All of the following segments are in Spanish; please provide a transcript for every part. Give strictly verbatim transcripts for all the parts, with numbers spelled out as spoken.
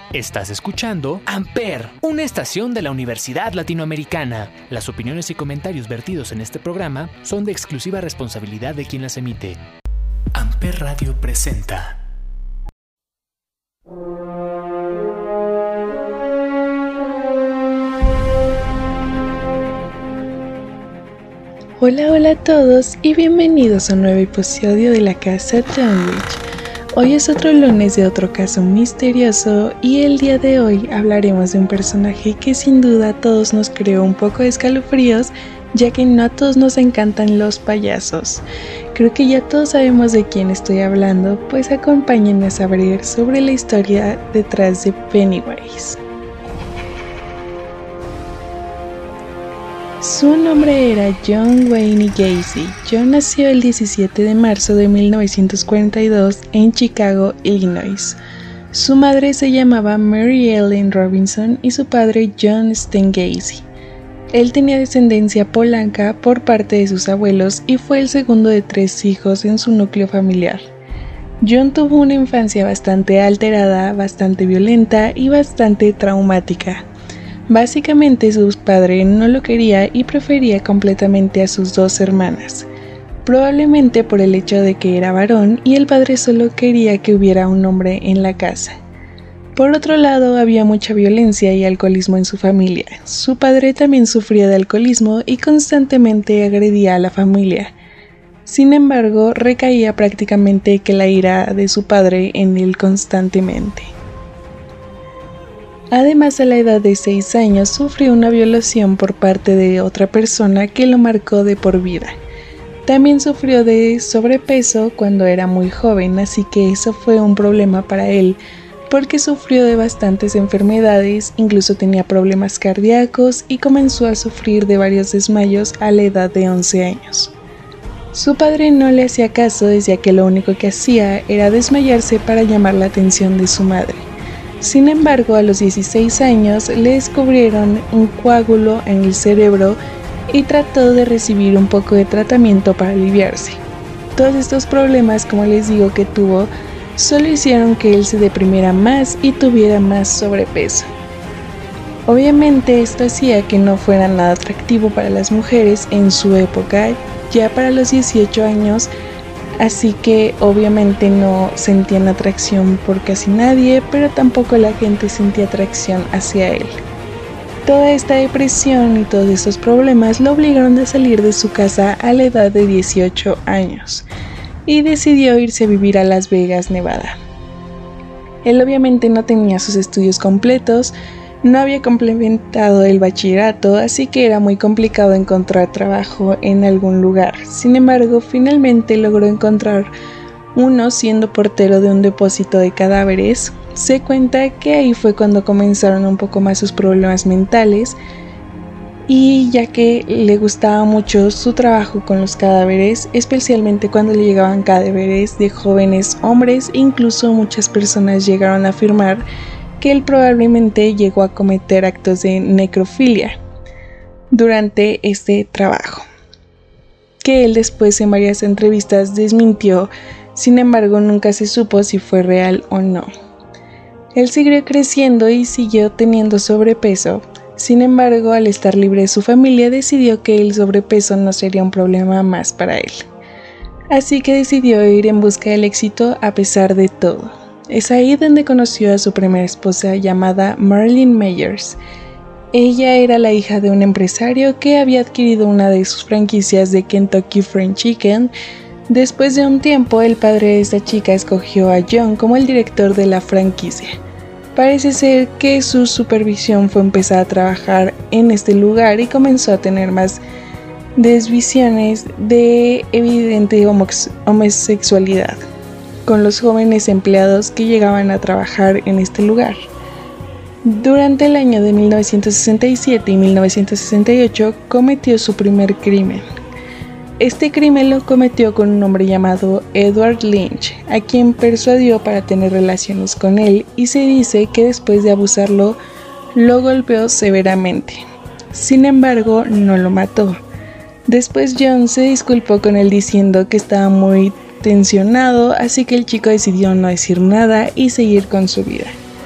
Estás escuchando Amper, una estación de la Universidad Latinoamericana. Las opiniones y comentarios vertidos en este programa son de exclusiva responsabilidad de quien las emite. Amper Radio presenta. Hola, hola a todos y bienvenidos a un nuevo episodio de la Casa Dunwich. Hoy es otro lunes de otro caso misterioso y el día de hoy hablaremos de un personaje que sin duda a todos nos creó un poco de escalofríos, ya que no a todos nos encantan los payasos. Creo que ya todos sabemos de quién estoy hablando, pues acompáñenme a saber sobre la historia detrás de Pennywise. Su nombre era John Wayne Gacy. John nació el diecisiete de marzo de mil novecientos cuarenta y dos en Chicago, Illinois. Su madre se llamaba Mary Ellen Robinson y su padre John Sten Gacy. Él tenía descendencia polaca por parte de sus abuelos y fue el segundo de tres hijos en su núcleo familiar. John tuvo una infancia bastante alterada, bastante violenta y bastante traumática. Básicamente su padre no lo quería y prefería completamente a sus dos hermanas, probablemente por el hecho de que era varón y el padre solo quería que hubiera un hombre en la casa. Por otro lado, había mucha violencia y alcoholismo en su familia. Su padre también sufría de alcoholismo y constantemente agredía a la familia. Sin embargo, recaía prácticamente que la ira de su padre en él constantemente. Además, a la edad de seis años sufrió una violación por parte de otra persona que lo marcó de por vida. También sufrió de sobrepeso cuando era muy joven, así que eso fue un problema para él, porque sufrió de bastantes enfermedades, incluso tenía problemas cardíacos y comenzó a sufrir de varios desmayos a la edad de once años. Su padre no le hacía caso, decía que lo único que hacía era desmayarse para llamar la atención de su madre. Sin embargo, a los dieciséis años le descubrieron un coágulo en el cerebro y trató de recibir un poco de tratamiento para aliviarse. Todos estos problemas, como les digo que tuvo, solo hicieron que él se deprimiera más y tuviera más sobrepeso. Obviamente esto hacía que no fuera nada atractivo para las mujeres en su época, ya para los dieciocho años, así que obviamente no sentían atracción por casi nadie, pero tampoco la gente sentía atracción hacia él. Toda esta depresión y todos estos problemas lo obligaron a salir de su casa a la edad de dieciocho años y decidió irse a vivir a Las Vegas, Nevada. Él obviamente no tenía sus estudios completos, no había complementado el bachillerato, así que era muy complicado encontrar trabajo en algún lugar. Sin embargo, finalmente logró encontrar uno siendo portero de un depósito de cadáveres. Se cuenta que ahí fue cuando comenzaron un poco más sus problemas mentales, y ya que le gustaba mucho su trabajo con los cadáveres, especialmente cuando le llegaban cadáveres de jóvenes hombres, incluso muchas personas llegaron a afirmar que él probablemente llegó a cometer actos de necrofilia durante este trabajo, que él después en varias entrevistas desmintió. Sin embargo, nunca se supo si fue real o no. Él siguió creciendo y siguió teniendo sobrepeso. Sin embargo, al estar libre de su familia, decidió que el sobrepeso no sería un problema más para él. Así que decidió ir en busca del éxito a pesar de todo. Es ahí donde conoció a su primera esposa llamada Marilyn Meyers. Ella era la hija de un empresario que había adquirido una de sus franquicias de Kentucky Fried Chicken. Después de un tiempo, el padre de esta chica escogió a John como el director de la franquicia. Parece ser que su supervisión fue empezar a trabajar en este lugar y comenzó a tener más desviaciones de evidente homosexualidad con los jóvenes empleados que llegaban a trabajar en este lugar. Durante el año de mil novecientos sesenta y siete y mil novecientos sesenta y ocho cometió su primer crimen. Este crimen lo cometió con un hombre llamado Edward Lynch, a quien persuadió para tener relaciones con él, y se dice que después de abusarlo, lo golpeó severamente. Sin embargo, no lo mató. Después John se disculpó con él diciendo que estaba muy tensionado, así que el chico decidió no decir nada y seguir con su vida.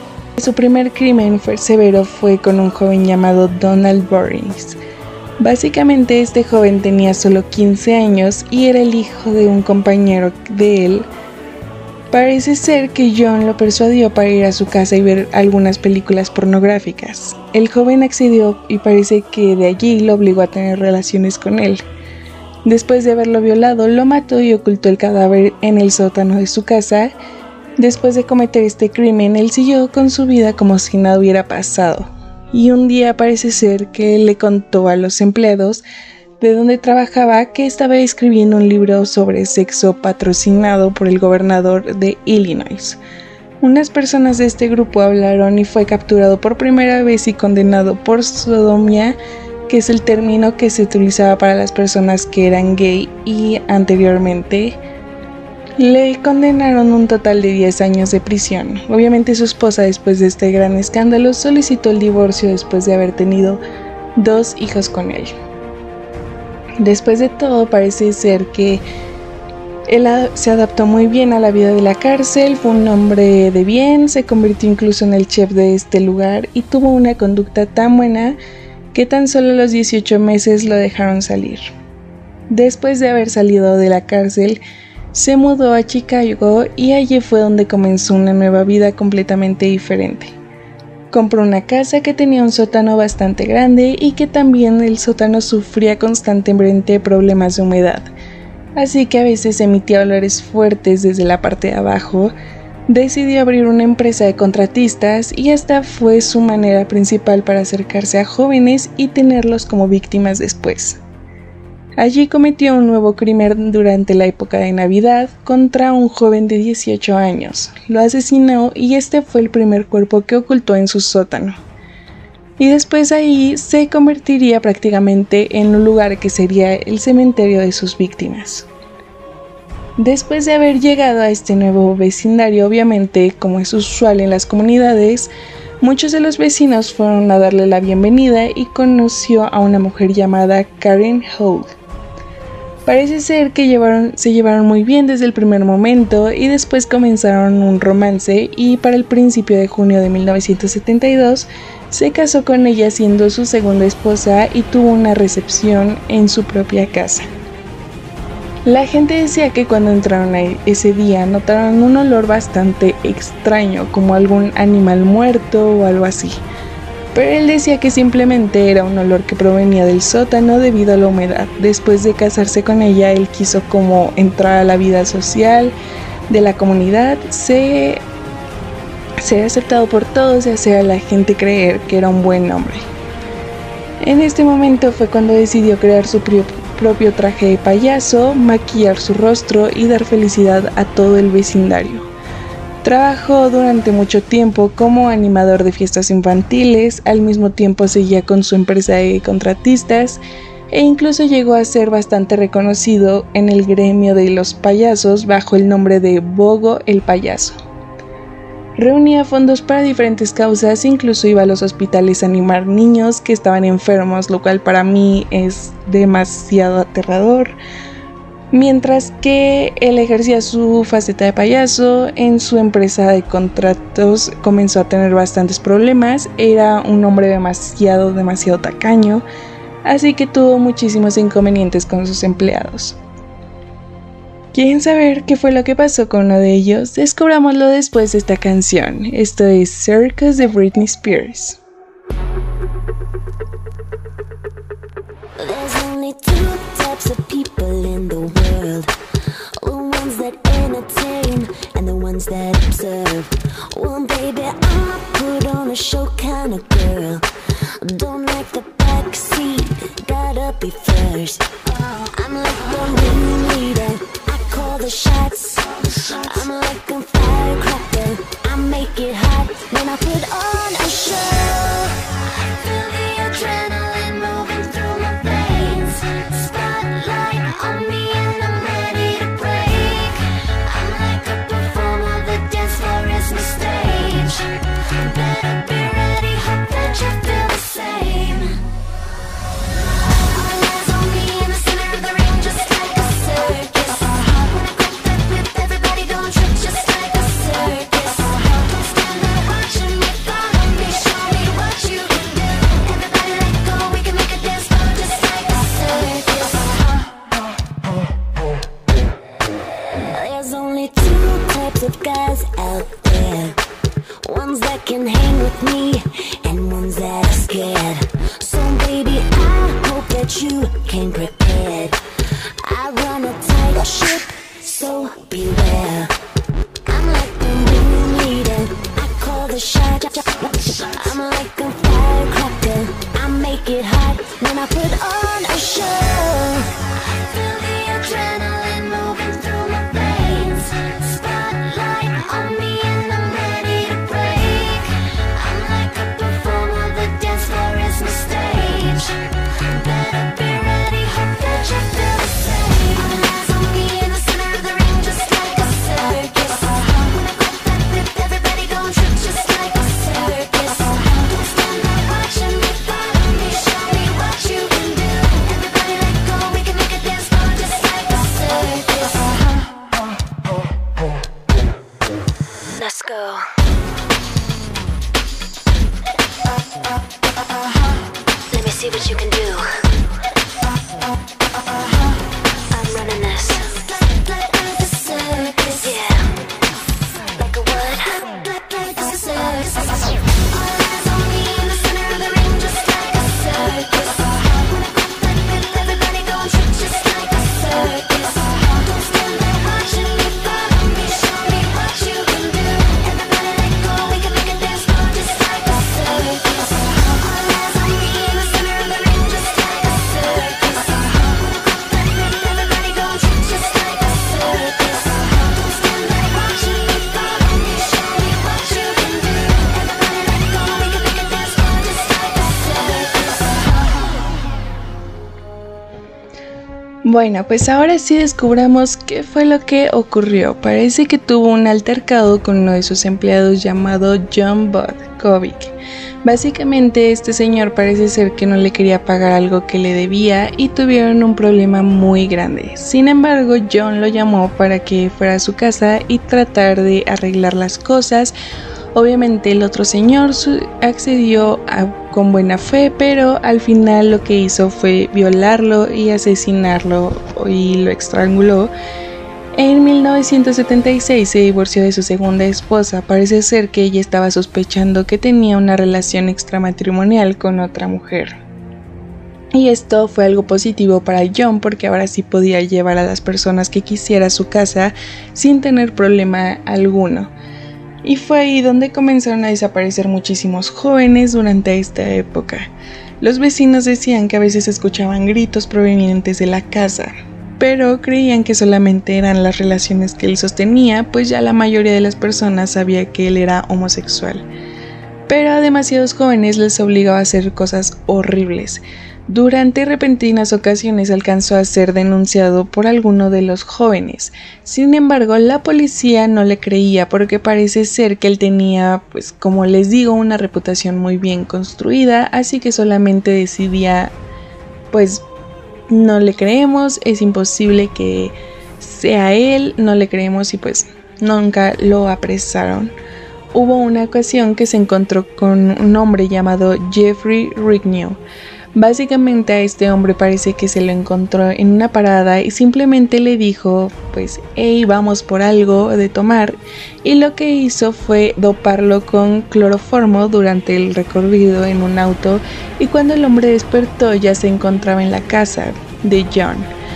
Su primer crimen fue severo fue con un joven llamado Donald Burns. Básicamente este joven tenía solo quince años y era el hijo de un compañero de él. Parece ser que John lo persuadió para ir a su casa y ver algunas películas pornográficas. El joven accedió y parece que de allí lo obligó a tener relaciones con él. Después de haberlo violado, lo mató y ocultó el cadáver en el sótano de su casa. Después de cometer este crimen, él siguió con su vida como si nada hubiera pasado. Y un día parece ser que él le contó a los empleados de donde trabajaba que estaba escribiendo un libro sobre sexo patrocinado por el gobernador de Illinois. Unas personas de este grupo hablaron y fue capturado por primera vez y condenado por sodomía, que es el término que se utilizaba para las personas que eran gay, y anteriormente le condenaron un total de diez años de prisión. Obviamente su esposa, después de este gran escándalo, solicitó el divorcio después de haber tenido dos hijos con él. Después de todo, parece ser que él se adaptó muy bien a la vida de la cárcel, fue un hombre de bien, se convirtió incluso en el chef de este lugar y tuvo una conducta tan buena que tan solo a los dieciocho meses lo dejaron salir. Después de haber salido de la cárcel, se mudó a Chicago y allí fue donde comenzó una nueva vida completamente diferente. Compró una casa que tenía un sótano bastante grande y que también el sótano sufría constantemente problemas de humedad, así que a veces emitía olores fuertes desde la parte de abajo. Decidió abrir una empresa de contratistas y esta fue su manera principal para acercarse a jóvenes y tenerlos como víctimas después. Allí cometió un nuevo crimen durante la época de Navidad contra un joven de dieciocho años. Lo asesinó y este fue el primer cuerpo que ocultó en su sótano. Y después ahí se convertiría prácticamente en un lugar que sería el cementerio de sus víctimas. Después de haber llegado a este nuevo vecindario, obviamente, como es usual en las comunidades, muchos de los vecinos fueron a darle la bienvenida y conoció a una mujer llamada Karen Hall. Parece ser que llevaron, se llevaron muy bien desde el primer momento y después comenzaron un romance, y para el principio de junio de mil novecientos setenta y dos se casó con ella siendo su segunda esposa y tuvo una recepción en su propia casa. La gente decía que cuando entraron ahí ese día notaron un olor bastante extraño, como algún animal muerto o algo así. Pero él decía que simplemente era un olor que provenía del sótano debido a la humedad. Después de casarse con ella, él quiso como entrar a la vida social de la comunidad, se, ser aceptado por todos y hacer a la gente creer que era un buen hombre. En este momento fue cuando decidió crear su propio propio traje de payaso, maquillar su rostro y dar felicidad a todo el vecindario. Trabajó durante mucho tiempo como animador de fiestas infantiles, al mismo tiempo seguía con su empresa de contratistas e incluso llegó a ser bastante reconocido en el gremio de los payasos bajo el nombre de Bogo el Payaso. Reunía fondos para diferentes causas, incluso iba a los hospitales a animar niños que estaban enfermos, lo cual para mí es demasiado aterrador. Mientras que él ejercía su faceta de payaso, en su empresa de contratos comenzó a tener bastantes problemas. Era un hombre demasiado, demasiado tacaño, así que tuvo muchísimos inconvenientes con sus empleados. ¿Quieren saber qué fue lo que pasó con uno de ellos? Descubrámoslo después de esta canción. Esto es Circus de Britney Spears. There's only two types of people in the world, the ones that entertain and the ones that observe. Well, baby, I'm a put on a show kind of girl. Don't like the back seat, gotta be first. I'm like the ringleader, I call the shots. I'm like a firecracker, I make it hot. When I put on a show, feel the adrenaline moving through my veins. Spotlight on me and I'm ready to break. I'm like a performer, the dance floor is my stage. Better be ready, hope that you feel the same. All eyes on me in the center of the ring, just like a circus. When I grab that whip, everybody gon' trip just like a circus. Don't stand there watching me that can hang with me and ones that are scared. So baby, I hope that you came prepared. I run a tight ship, so beware. I'm like the ringleader, I call the shot. I'm like a firecracker, I make it hot when I put on a show. Feel the adrenaline moving through my veins. Spotlight on me and I'm ready to break. I'm like a performer, the dance floor is my stage. Better be ready, hope that you feel the same. All eyes on me in the center of the ring, just like a circus. When I grab that whip, everybody gon' trip just like a circus. Don't stand there watching me, follow me, show me what you can do. Everybody let go, we can make a dance floor just like a circus. Let's go. Let me see what you can do. I'm running this. Like a circus. Yeah. Like a what? Like a circus. All eyes on me in the center of the ring, just like a circus. When I grab that whip, everybody gon' trip just like a circus. Don't stand there watching me, follow me, show me what you can do. Everybody let go, we can make a dance floor just like a circus. All eyes on me in the center of the ring, just like a circus. When I grab that whip, everybody gon' trip just like a circus. Don't stand there watching me, follow me, show me what you can do. Everybody let go, we can make a dance floor just like a circus. Bueno, pues ahora sí descubramos qué fue lo que ocurrió. Parece que tuvo un altercado con uno de sus empleados llamado John Butkovic. Básicamente este señor parece ser que no le quería pagar algo que le debía y tuvieron un problema muy grande. Sin embargo, John lo llamó para que fuera a su casa y tratar de arreglar las cosas. Obviamente el otro señor accedió a, con buena fe, pero al final lo que hizo fue violarlo y asesinarlo y lo estranguló. En mil novecientos setenta y seis se divorció de su segunda esposa. Parece ser que ella estaba sospechando que tenía una relación extramatrimonial con otra mujer. Y esto fue algo positivo para John porque ahora sí podía llevar a las personas que quisiera a su casa sin tener problema alguno. Y fue ahí donde comenzaron a desaparecer muchísimos jóvenes durante esta época. Los vecinos decían que a veces escuchaban gritos provenientes de la casa, pero creían que solamente eran las relaciones que él sostenía, pues ya la mayoría de las personas sabía que él era homosexual. Pero a demasiados jóvenes les obligaba a hacer cosas horribles. Durante repentinas ocasiones alcanzó a ser denunciado por alguno de los jóvenes. Sin embargo, la policía no le creía porque parece ser que él tenía, pues como les digo, una reputación muy bien construida, así que solamente decidía, pues no le creemos, es imposible que sea él, no le creemos y pues nunca lo apresaron. Hubo una ocasión que se encontró con un hombre llamado Jeffrey Rignew. Básicamente a este hombre parece que se lo encontró en una parada y simplemente le dijo, pues, hey, vamos por algo de tomar, y lo que hizo fue doparlo con cloroformo durante el recorrido en un auto, y cuando el hombre despertó ya se encontraba en la casa de John,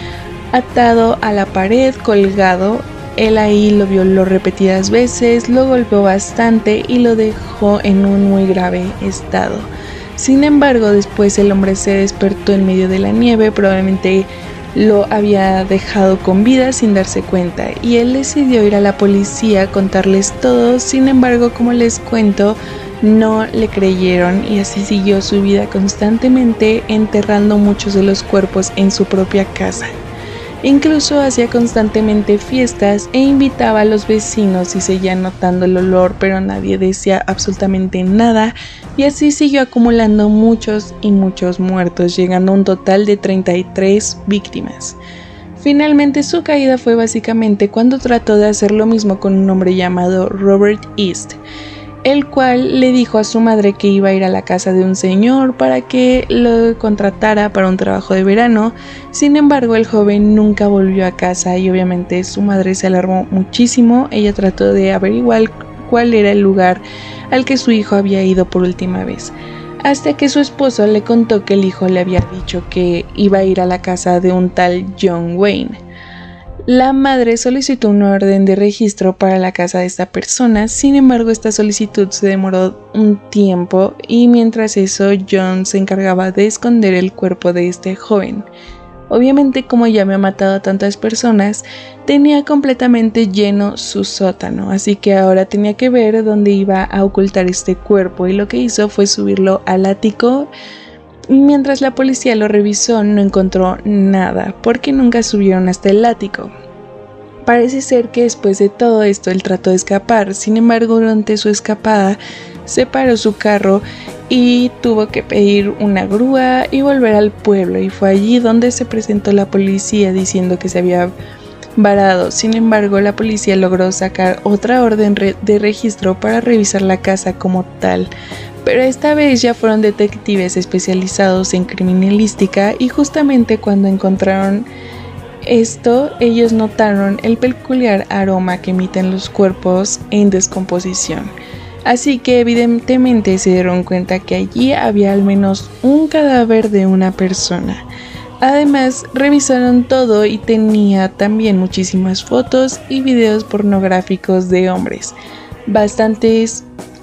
atado a la pared, colgado. Él ahí lo violó repetidas veces, lo golpeó bastante y lo dejó en un muy grave estado. Sin embargo, después el hombre se despertó en medio de la nieve, probablemente lo había dejado con vida sin darse cuenta, y él decidió ir a la policía a contarles todo. Sin embargo, como les cuento, no le creyeron y así siguió su vida constantemente, enterrando muchos de los cuerpos en su propia casa. Incluso hacía constantemente fiestas e invitaba a los vecinos y seguía notando el olor, pero nadie decía absolutamente nada, y así siguió acumulando muchos y muchos muertos, llegando a un total de treinta y tres víctimas. Finalmente su caída fue básicamente cuando trató de hacer lo mismo con un hombre llamado Robert East, el cual le dijo a su madre que iba a ir a la casa de un señor para que lo contratara para un trabajo de verano. Sin embargo, el joven nunca volvió a casa y obviamente su madre se alarmó muchísimo. Ella trató de averiguar cuál era el lugar al que su hijo había ido por última vez, hasta que su esposo le contó que el hijo le había dicho que iba a ir a la casa de un tal John Wayne. La madre solicitó una orden de registro para la casa de esta persona, sin embargo esta solicitud se demoró un tiempo y mientras eso John se encargaba de esconder el cuerpo de este joven. Obviamente, como ya había matado a tantas personas, tenía completamente lleno su sótano, así que ahora tenía que ver dónde iba a ocultar este cuerpo y lo que hizo fue subirlo al ático. Mientras la policía lo revisó, no encontró nada, porque nunca subieron hasta el ático. Parece ser que después de todo esto él trató de escapar, sin embargo durante su escapada se paró su carro y tuvo que pedir una grúa y volver al pueblo, y fue allí donde se presentó la policía diciendo que se había varado. Sin embargo, la policía logró sacar otra orden de registro para revisar la casa como tal. Pero esta vez ya fueron detectives especializados en criminalística y justamente cuando encontraron esto, ellos notaron el peculiar aroma que emiten los cuerpos en descomposición. Así que evidentemente se dieron cuenta que allí había al menos un cadáver de una persona. Además, revisaron todo y tenía también muchísimas fotos y videos pornográficos de hombres, bastantes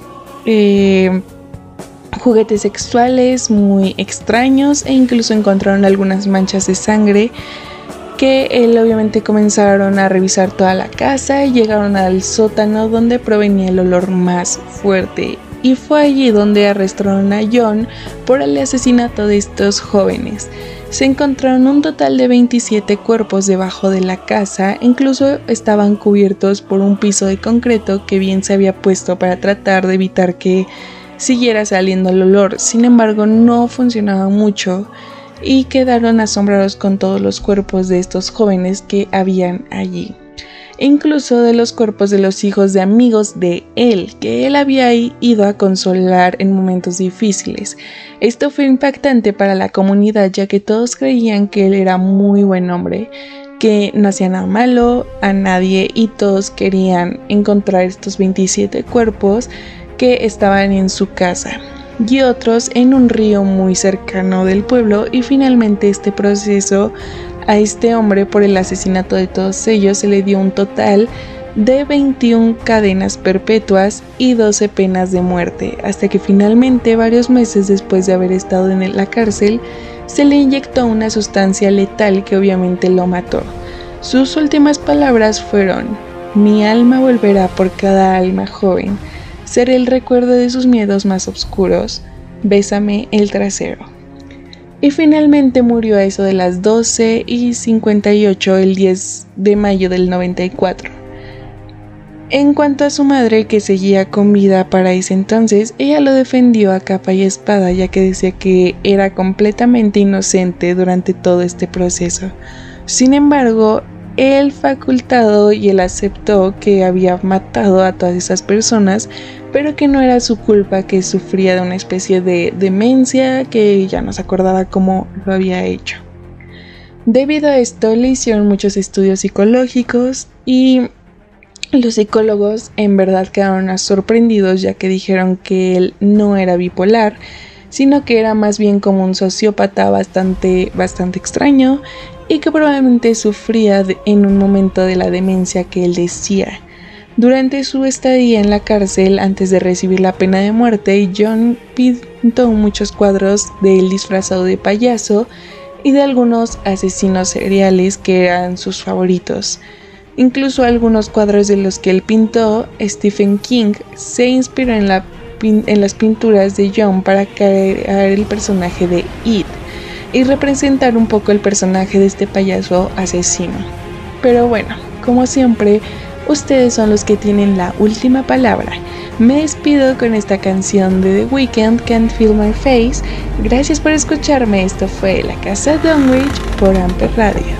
eh, juguetes sexuales muy extraños e incluso encontraron algunas manchas de sangre que él obviamente comenzaron a revisar toda la casa y llegaron al sótano donde provenía el olor más fuerte, y fue allí donde arrestaron a John por el asesinato de estos jóvenes. Se encontraron un total de veintisiete cuerpos debajo de la casa, incluso estaban cubiertos por un piso de concreto que bien se había puesto para tratar de evitar que siguiera saliendo el olor. Sin embargo, no funcionaba mucho y quedaron asombrados con todos los cuerpos de estos jóvenes que habían allí, incluso de los cuerpos de los hijos de amigos de él, que él había ido a consolar en momentos difíciles. Esto fue impactante para la comunidad, ya que todos creían que él era muy buen hombre, que no hacía nada malo a nadie, y todos querían encontrar estos veintisiete cuerpos que estaban en su casa y otros en un río muy cercano del pueblo. Y finalmente este proceso a este hombre por el asesinato de todos ellos se le dio un total de veintiuna cadenas perpetuas y doce penas de muerte, hasta que finalmente, varios meses después de haber estado en la cárcel, se le inyectó una sustancia letal que obviamente lo mató. Sus últimas palabras fueron: "Mi alma volverá por cada alma joven. Seré el recuerdo de sus miedos más oscuros. Bésame el trasero". Y finalmente murió a eso de las doce y cincuenta y ocho el diez de mayo del noventa y cuatro. En cuanto a su madre, que seguía con vida para ese entonces, ella lo defendió a capa y espada, ya que decía que era completamente inocente durante todo este proceso. Sin embargo, él facultado y él aceptó que había matado a todas esas personas, pero que no era su culpa, que sufría de una especie de demencia, que ya no se acordaba cómo lo había hecho. Debido a esto le hicieron muchos estudios psicológicos y los psicólogos en verdad quedaron sorprendidos, ya que dijeron que él no era bipolar, sino que era más bien como un sociópata bastante, bastante extraño, y que probablemente sufría de, en un momento de la demencia que él decía. Durante su estadía en la cárcel, antes de recibir la pena de muerte, John pintó muchos cuadros de él disfrazado de payaso y de algunos asesinos seriales que eran sus favoritos. Incluso algunos cuadros de los que él pintó, Stephen King se inspiró en, la, en las pinturas de John para crear el personaje de It y representar un poco el personaje de este payaso asesino. Pero bueno, como siempre, ustedes son los que tienen la última palabra. Me despido con esta canción de The Weeknd, Can't Feel My Face. Gracias por escucharme. Esto fue La Casa Dunwich por Amper Radio.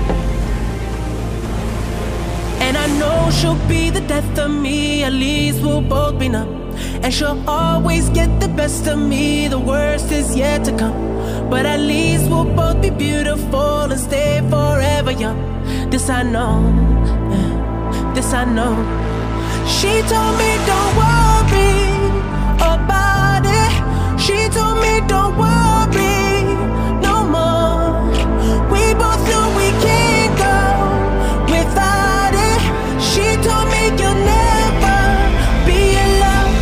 And I know she'll be the death of me, at least we'll both be numb. And she'll always get the best of me, the worst is yet to come. But at least we'll both be beautiful and stay forever young. This I know, yeah, this I know. She told me don't worry about it. She told me don't worry no more. We both know we can't go without it. She told me you'll never be alone.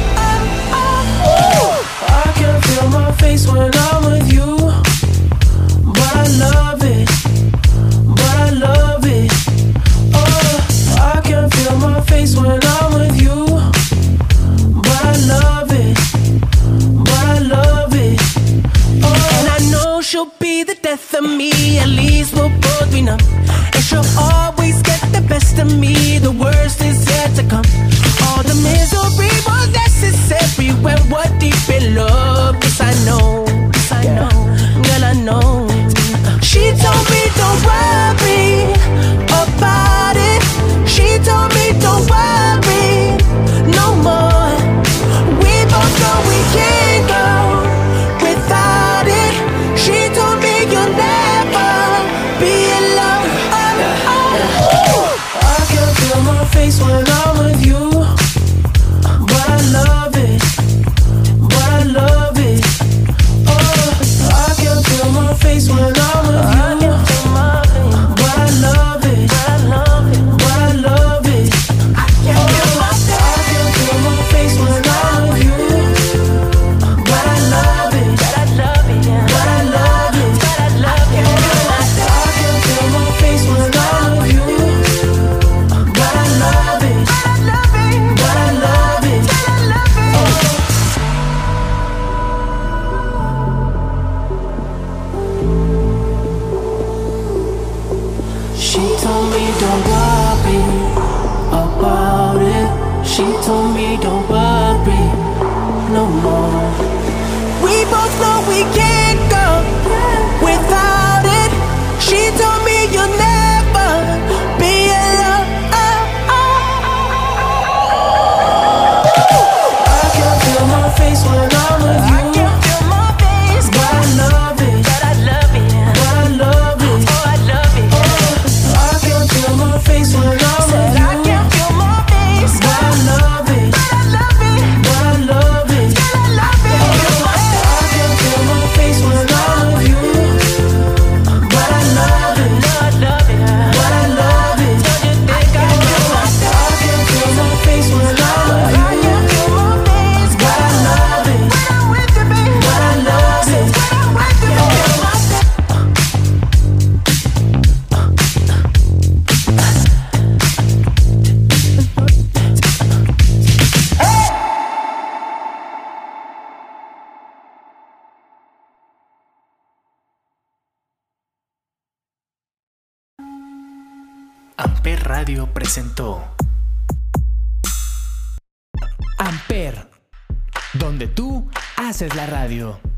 I can feel my face when I'm with you, but I love it, but I love it. Oh, I can feel my face when I'm with you, but I love it, but I love it. Oh, and I know she'll be the death of me. At least we'll both be numb, and she'll always get the best of me. The worst is yet to come. All the misery was necessary when we're deep in love. Yes, I know, yes, I know, girl, I know. She told me don't worry about it. She told me don't worry no more. We both know we can't go without it. She told me you'll never be alone. I can feel my face when I'm with you, but I love it, but I love it. Oh, I can feel my face when I'm with you, but I love it, but I love it, but I love it. I can feel my face when I'm with you, but I love it, but I love it, but I love it, but I love it. I can feel my face when I'm with you, but I love it, but I love it, but I love it. She told me don't worry about it. She told me don't worry no more. We both know we can't go without it. She told me you'll never be alone. I can feel my face when I'm with you. I can feel my face, but I love it, but I love it, but I love it. Oh, I love it. I can feel my face when I'm with you. I can feel my face, but I love it, but I love it, but I love it, but I love it. I can feel my face when I'm with you, but I love it, but I love it. Don't you think I know? I can feel my face when I'm with you. I can feel my face, but I love it, when I'm with you, baby. But I love it, when I'm with you, baby. Amper Radio presentó Amper, donde tú haces la radio.